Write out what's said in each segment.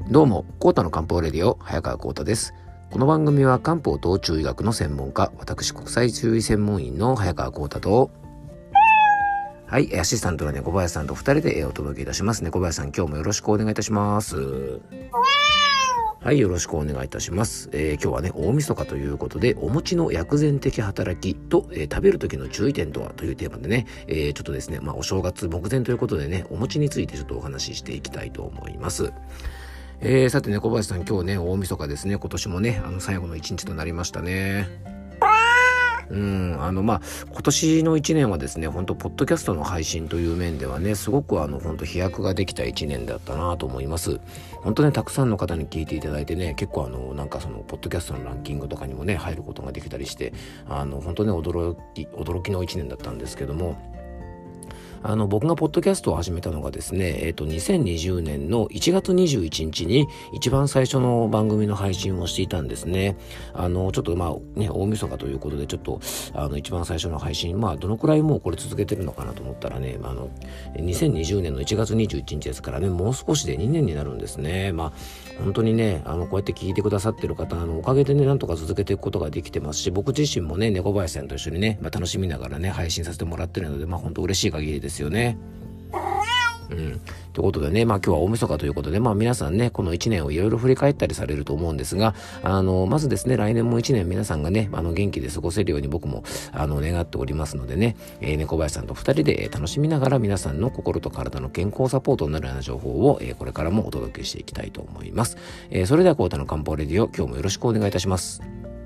どうも、コータの漢方レディオ早川コータです。この番組は漢方と中医学の専門家、私国際中医専門医の早川コータとアシスタントの猫林さんと2人でお届けいたします。猫林さん、今日もよろしくお願いいたします。よろしくお願いいたします。今日はね、大晦日ということで、お餅の薬膳的働きと、食べる時の注意点とはというテーマでね、ちょっとですね、お正月目前ということでね、お餅についてちょっとお話ししていきたいと思います。さてね、小林さん、今日ね、大晦日ですね。今年もね、最後の一日となりましたね。今年の1年はですね、本当ポッドキャストの配信という面ではね、すごく本当飛躍ができた1年だったなと思います。本当ね、たくさんの方に聞いていただいてね、結構そのポッドキャストのランキングとかにもね、入ることができたりして、本当ね、驚きの1年だったんですけども、僕がポッドキャストを始めたのがですね、2020年の1月21日に一番最初の番組の配信をしていたんですね。ちょっと大晦日ということで、ちょっと一番最初の配信、どのくらいもうこれ続けてるのかなと思ったらね、2020年の1月21日ですからね、もう少しで2年になるんですね。本当にね、こうやって聞いてくださってる方のおかげでね、なんとか続けていくことができてますし、僕自身もね、猫林さんと一緒にね、楽しみながらね、配信させてもらってるので、本当嬉しい限りですよね。ということでね、今日は大晦日ということで、皆さんね、この1年をいろいろ振り返ったりされると思うんですが、まずですね、来年も1年皆さんがね、元気で過ごせるように僕も願っておりますのでね、猫林さんと2人で楽しみながら皆さんの心と体の健康サポートになるような情報を、これからもお届けしていきたいと思います。それではコータの漢方レディオ、今日もよろしくお願いいたします。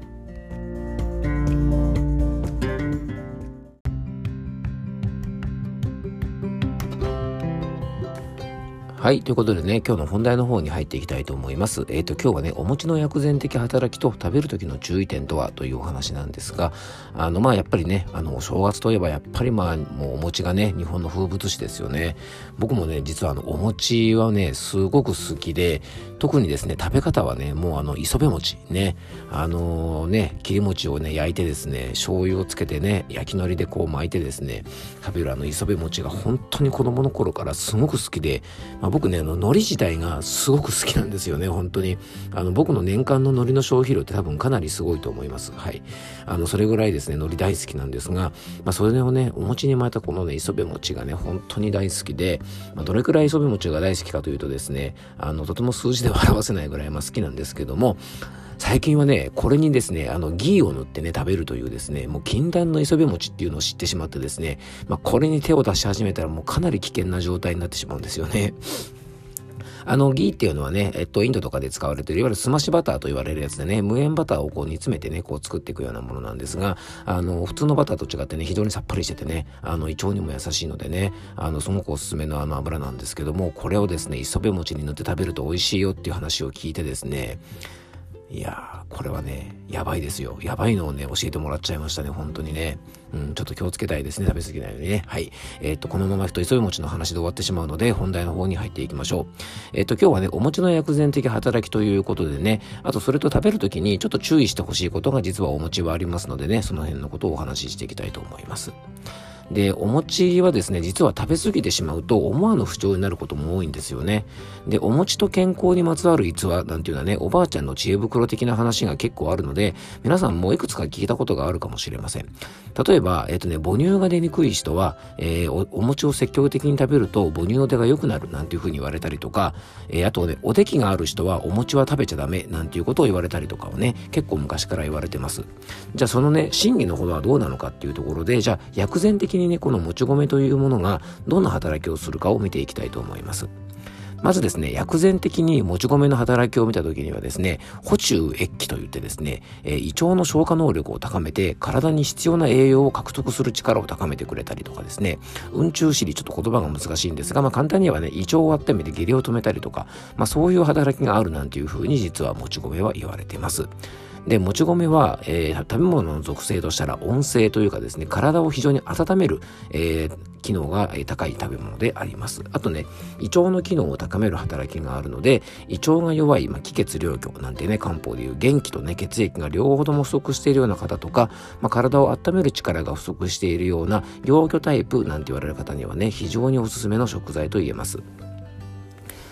ということでね、今日の本題の方に入っていきたいと思います。今日はね、お餅の薬膳的働きと食べる時の注意点とはというお話なんですが、やっぱりね、お正月といえばやっぱりもうお餅がね、日本の風物詩ですよね。僕もね、実はお餅はね、すごく好きで、特にですね、食べ方はね、もう磯辺餅ね、切り餅をね、焼いてですね、醤油をつけてね、焼き海苔でこう巻いてですね、食べる磯辺餅が本当に子供の頃からすごく好きで、僕ね、海苔自体がすごく好きなんですよね、本当に。僕の年間の海苔の消費量って多分かなりすごいと思います。それぐらいですね、海苔大好きなんですが、それをね、お餅に巻いたこのね、磯辺餅がね、本当に大好きで、どれくらい磯辺餅が大好きかというとですね、とても数字では表せないぐらい好きなんですけども、最近はね、これにですね、ギーを塗ってね、食べるというですね、もう禁断の磯辺餅っていうのを知ってしまってですね、これに手を出し始めたらもうかなり危険な状態になってしまうんですよね。ギーっていうのはね、インドとかで使われているいわゆるスマッシュバターと言われるやつでね、無塩バターをこう煮詰めてね、こう作っていくようなものなんですが、普通のバターと違ってね、非常にさっぱりしててね、胃腸にも優しいのでね、すごくおすすめの油なんですけども、これをですね、磯辺餅に塗って食べると美味しいよっていう話を聞いてですね、いやー、これはね、やばいですよ。やばいのをね、教えてもらっちゃいましたね、本当にね。ちょっと気をつけたいですね、食べ過ぎないようにね。このままいくと磯辺餅の話で終わってしまうので、本題の方に入っていきましょう。今日はね、お餅の薬膳的働きということでね、あとそれと食べるときにちょっと注意してほしいことが実はお餅はありますのでね、その辺のことをお話ししていきたいと思います。で、お餅はですね、実は食べ過ぎてしまうと思わぬ不調になることも多いんですよね。で、お餅と健康にまつわる逸話なんていうのはね、おばあちゃんの知恵袋的な話が結構あるので、皆さんもいくつか聞いたことがあるかもしれません。例えば、母乳が出にくい人は、お餅を積極的に食べると母乳の出が良くなるなんていうふうに言われたりとか、あとね、おできがある人はお餅は食べちゃダメなんていうことを言われたりとかをね、結構昔から言われてます。じゃあそのね、真偽のほどはどうなのかっていうところで、じゃあ薬膳的にね、このもち米というものがどんな働きをするかを見ていきたいと思います。まずですね、薬膳的にもち米の働きを見たときにはですね、補中液気といってですね、胃腸の消化能力を高めて体に必要な栄養を獲得する力を高めてくれたりとかですね、運中止理、ちょっと言葉が難しいんですが、簡単にはね、胃腸を温めて下痢を止めたりとか、そういう働きがあるなんていうふうに実はもち米は言われています。で、もち米は、食べ物の属性としたら温性というかですね、体を非常に温める、機能が高い食べ物であります。あとね、胃腸の機能を高める働きがあるので、胃腸が弱い、気血両虚なんてね、漢方でいう元気とね、血液が両方とも不足しているような方とか、体を温める力が不足しているような陽虚タイプなんて言われる方にはね、非常におすすめの食材と言えます。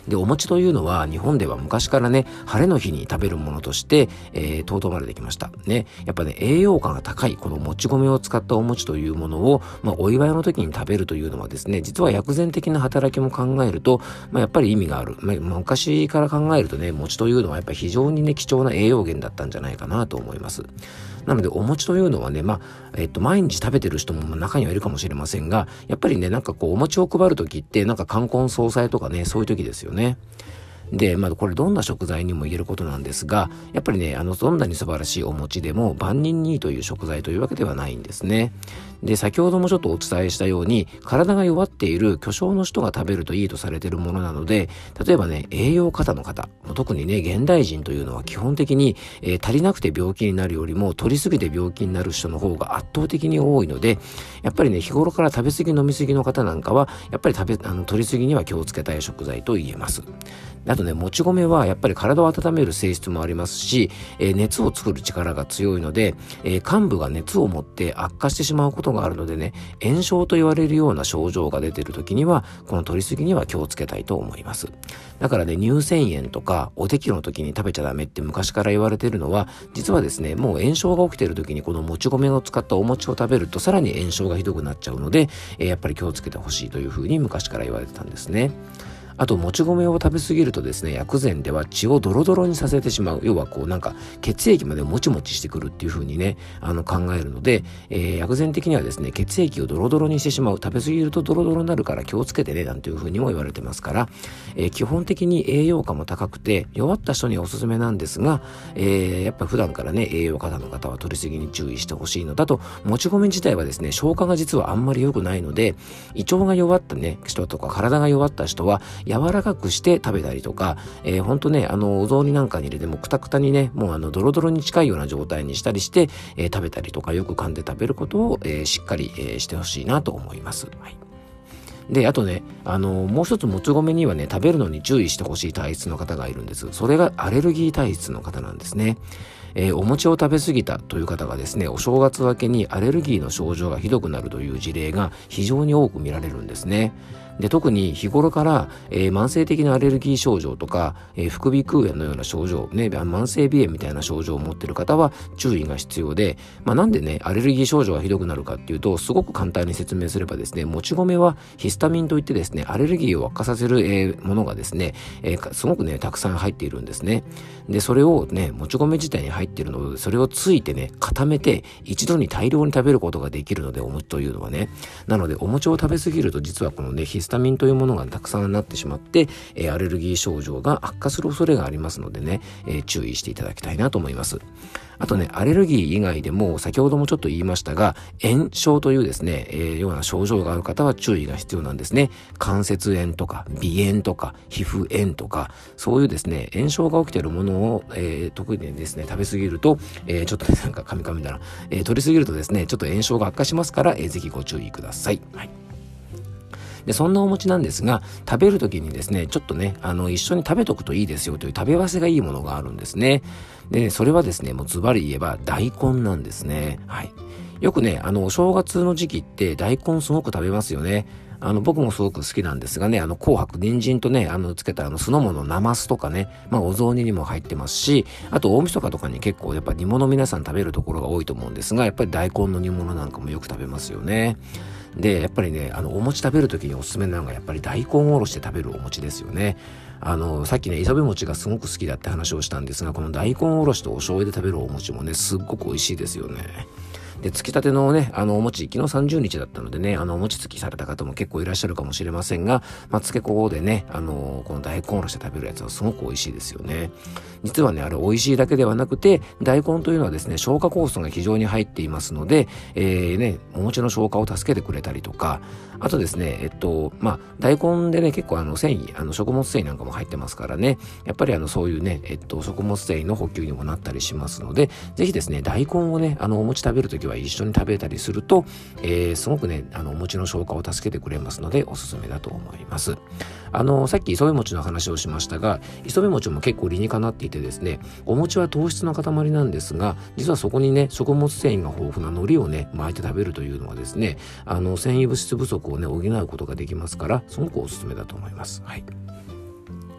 で、お餅というのは日本では昔からね、晴れの日に食べるものとして、尊まれてきましたね。やっぱね、栄養価が高いこのもち米を使ったお餅というものを、お祝いの時に食べるというのはですね、実は薬膳的な働きも考えると、やっぱり意味がある。昔から考えるとね、餅というのはやっぱり非常にね、貴重な栄養源だったんじゃないかなと思います。なのでお餅というのはね、毎日食べてる人も中にはいるかもしれませんが、やっぱりね、なんかこうお餅を配る時ってなんか冠婚葬祭とかね、そういう時ですよね。で、これどんな食材にも言えることなんですが、やっぱりね、どんなに素晴らしいお餅でも万人にいいという食材というわけではないんですね。で、先ほどもちょっとお伝えしたように、体が弱っている巨匠の人が食べるといいとされているものなので、例えばね、栄養過多の方、特にね、現代人というのは基本的に、足りなくて病気になるよりも、取りすぎて病気になる人の方が圧倒的に多いので、やっぱりね、日頃から食べ過ぎ飲み過ぎの方なんかは、やっぱり取りすぎには気をつけたい食材と言えます。あとね、もち米はやっぱり体を温める性質もありますし、熱を作る力が強いので、患部が熱を持って悪化してしまうことがあるのでね、炎症と言われるような症状が出ている時には、この取りすぎには気をつけたいと思います。だからね、乳腺炎とかおできの時に食べちゃダメって昔から言われているのは、実はですね、もう炎症が起きている時にこのもち米を使ったお餅を食べるとさらに炎症がひどくなっちゃうので、やっぱり気をつけてほしいというふうに昔から言われてたんですね。あと、もち米を食べ過ぎるとですね、薬膳では血をドロドロにさせてしまう。要はこうなんか血液までもちもちしてくるっていう風にね、考えるので、薬膳的にはですね、血液をドロドロにしてしまう。食べ過ぎるとドロドロになるから気をつけてね、なんていう風にも言われてますから、基本的に栄養価も高くて、弱った人にはおすすめなんですが、やっぱ普段からね、栄養過多の方は取りすぎに注意してほしいのだと、もち米自体はですね、消化が実はあんまり良くないので、胃腸が弱ったね、人とか体が弱った人は、柔らかくして食べたりとか、ほんとね、お雑煮なんかに入れてもくたくたにね、もうドロドロに近いような状態にしたりして、食べたりとかよく噛んで食べることを、しっかり、してほしいなと思います。はい。で、あとね、もう一つもち米にはね、食べるのに注意してほしい体質の方がいるんです。それがアレルギー体質の方なんですね。お餅を食べ過ぎたという方がですね、お正月明けにアレルギーの症状がひどくなるという事例が非常に多く見られるんですね。で、特に日頃から、慢性的なアレルギー症状とか、副鼻腔炎のような症状、ね、慢性鼻炎みたいな症状を持っている方は注意が必要で、なんでね、アレルギー症状がひどくなるかっていうと、すごく簡単に説明すればですね、もち米はヒスタミンといってですね、アレルギーを悪化させる、ものがですね、すごくね、たくさん入っているんですね。で、それをね、もち米自体に入っているので、それをついてね、固めて、一度に大量に食べることができるので、お餅というのはね。なので、お餅を食べ過ぎると、実はこのね、ヒスタミンというものがたくさんなってしまって、アレルギー症状が悪化する恐れがありますのでね、注意していただきたいなと思います。あとね、アレルギー以外でも、先ほどもちょっと言いましたが、炎症というですね、ような症状がある方は注意が必要なんですね。関節炎とか、鼻炎とか、皮膚炎とか、そういうですね、炎症が起きているものを、特にですね、食べ過ぎると、ちょっとなんかカミカミだな、取り過ぎるとですね、ちょっと炎症が悪化しますから、ぜひご注意ください。はい。で、そんなお餅なんですが、食べるときにですね、ちょっとね、一緒に食べとくといいですよという食べ合わせがいいものがあるんですね。で、それはですね、もうズバリ言えば大根なんですね。はい。よくね、お正月の時期って大根すごく食べますよね。僕もすごく好きなんですがね、紅白、人参とね、つけた酢の物、なますとかね、お雑煮にも入ってますし、あと大晦日とかに結構やっぱ煮物皆さん食べるところが多いと思うんですが、やっぱり大根の煮物なんかもよく食べますよね。で、やっぱりね、お餅食べるときにおすすめなのがやっぱり大根おろして食べるお餅ですよね。さっきね、磯辺餅がすごく好きだって話をしたんですが、この大根おろしとお醤油で食べるお餅もね、すっごく美味しいですよね。で、つきたてのね、お餅、昨日30日だったのでね、お餅つきされた方も結構いらっしゃるかもしれませんが、つけ粉でね、この大根おろして食べるやつはすごく美味しいですよね。実はね、あれ美味しいだけではなくて、大根というのはですね、消化酵素が非常に入っていますので、お餅の消化を助けてくれたりとか、あとですね、大根でね、結構繊維、食物繊維なんかも入ってますからね、やっぱりそういうね、食物繊維の補給にもなったりしますので、ぜひですね、大根をね、お餅食べるときは一緒に食べたりすると、すごくね、お餅の消化を助けてくれますので、おすすめだと思います。さっき磯辺餅の話をしましたが、磯辺餅も結構理にかなっていてですね、お餅は糖質の塊なんですが、実はそこにね、食物繊維が豊富な海苔をね、巻いて食べるというのはですね、繊維物質不足をね、補うことができますから、すごくおすすめだと思います。はい。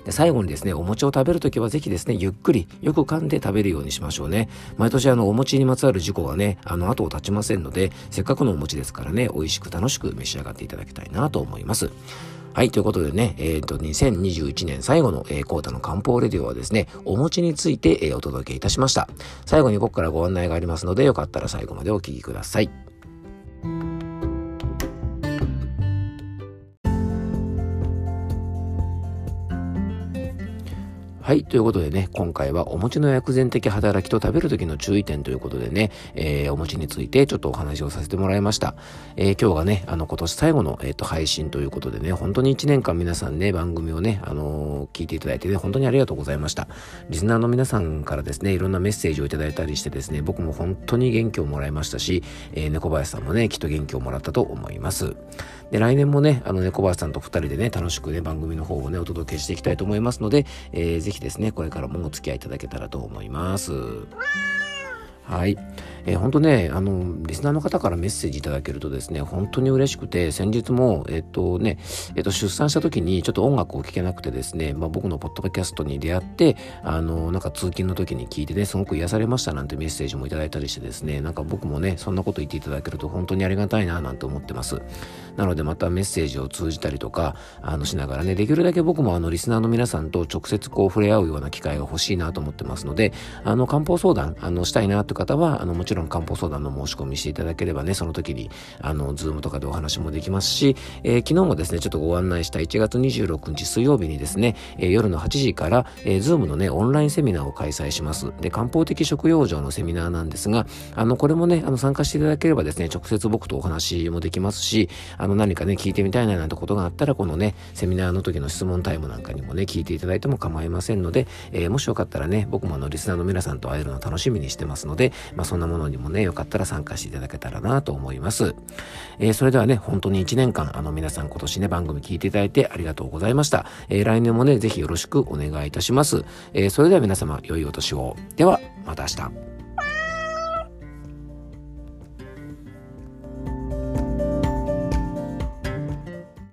で、最後にですね、お餅を食べるときはぜひですね、ゆっくりよく噛んで食べるようにしましょうね。毎年お餅にまつわる事故がね、後を絶ちませんので、せっかくのお餅ですからね、美味しく楽しく召し上がっていただきたいなと思います。はい、ということでね、2021年最後の、コータの漢方レディオはですね、お餅について、お届けいたしました。最後に僕からご案内がありますので、よかったら最後までお聞きください。はい。ということでね、今回はお餅の薬膳的働きと食べる時の注意点ということでね、お餅についてちょっとお話をさせてもらいました。今日がね、今年最後の、配信ということでね、本当に1年間皆さんね、番組をね、聞いていただいてね、本当にありがとうございました。リスナーの皆さんからですね、いろんなメッセージをいただいたりしてですね、僕も本当に元気をもらいましたし、猫林さんもね、きっと元気をもらったと思います。で、来年もね、猫林さんと2人でね、楽しくね、番組の方をね、お届けしていきたいと思いますので、ぜひですね、これからもお付き合いいただけたらと思います。はい。本当ね、リスナーの方からメッセージいただけるとですね、本当に嬉しくて、先日も、出産した時にちょっと音楽を聴けなくてですね、僕のポッドキャストに出会って、なんか通勤の時に聞いてね、すごく癒されましたなんてメッセージもいただいたりしてですね、なんか僕もね、そんなこと言っていただけると本当にありがたいななんて思ってます。なのでまたメッセージを通じたりとか、しながらね、できるだけ僕もリスナーの皆さんと直接こう触れ合うような機会が欲しいなと思ってますので、漢方相談、したいなという方は、もちろん漢方相談の申し込みしていただければね、その時に、ズームとかでお話もできますし、昨日もですね、ちょっとご案内した1月26日水曜日にですね、夜の8時から、ズームのね、オンラインセミナーを開催します。で、漢方的食養生のセミナーなんですが、これもね、参加していただければですね、直接僕とお話もできますし、何かね、聞いてみたいななんてことがあったら、このね、セミナーの時の質問タイムなんかにもね、聞いていただいても構いませんので、もしよかったらね、僕もリスナーの皆さんと会えるのを楽しみにしてますので、そんなものにもね、よかったら参加していただけたらなと思います。それではね、本当に1年間、皆さん今年ね、番組聞いていただいてありがとうございました。来年もね、ぜひよろしくお願いいたします。それでは皆様、良いお年を。では、また明日。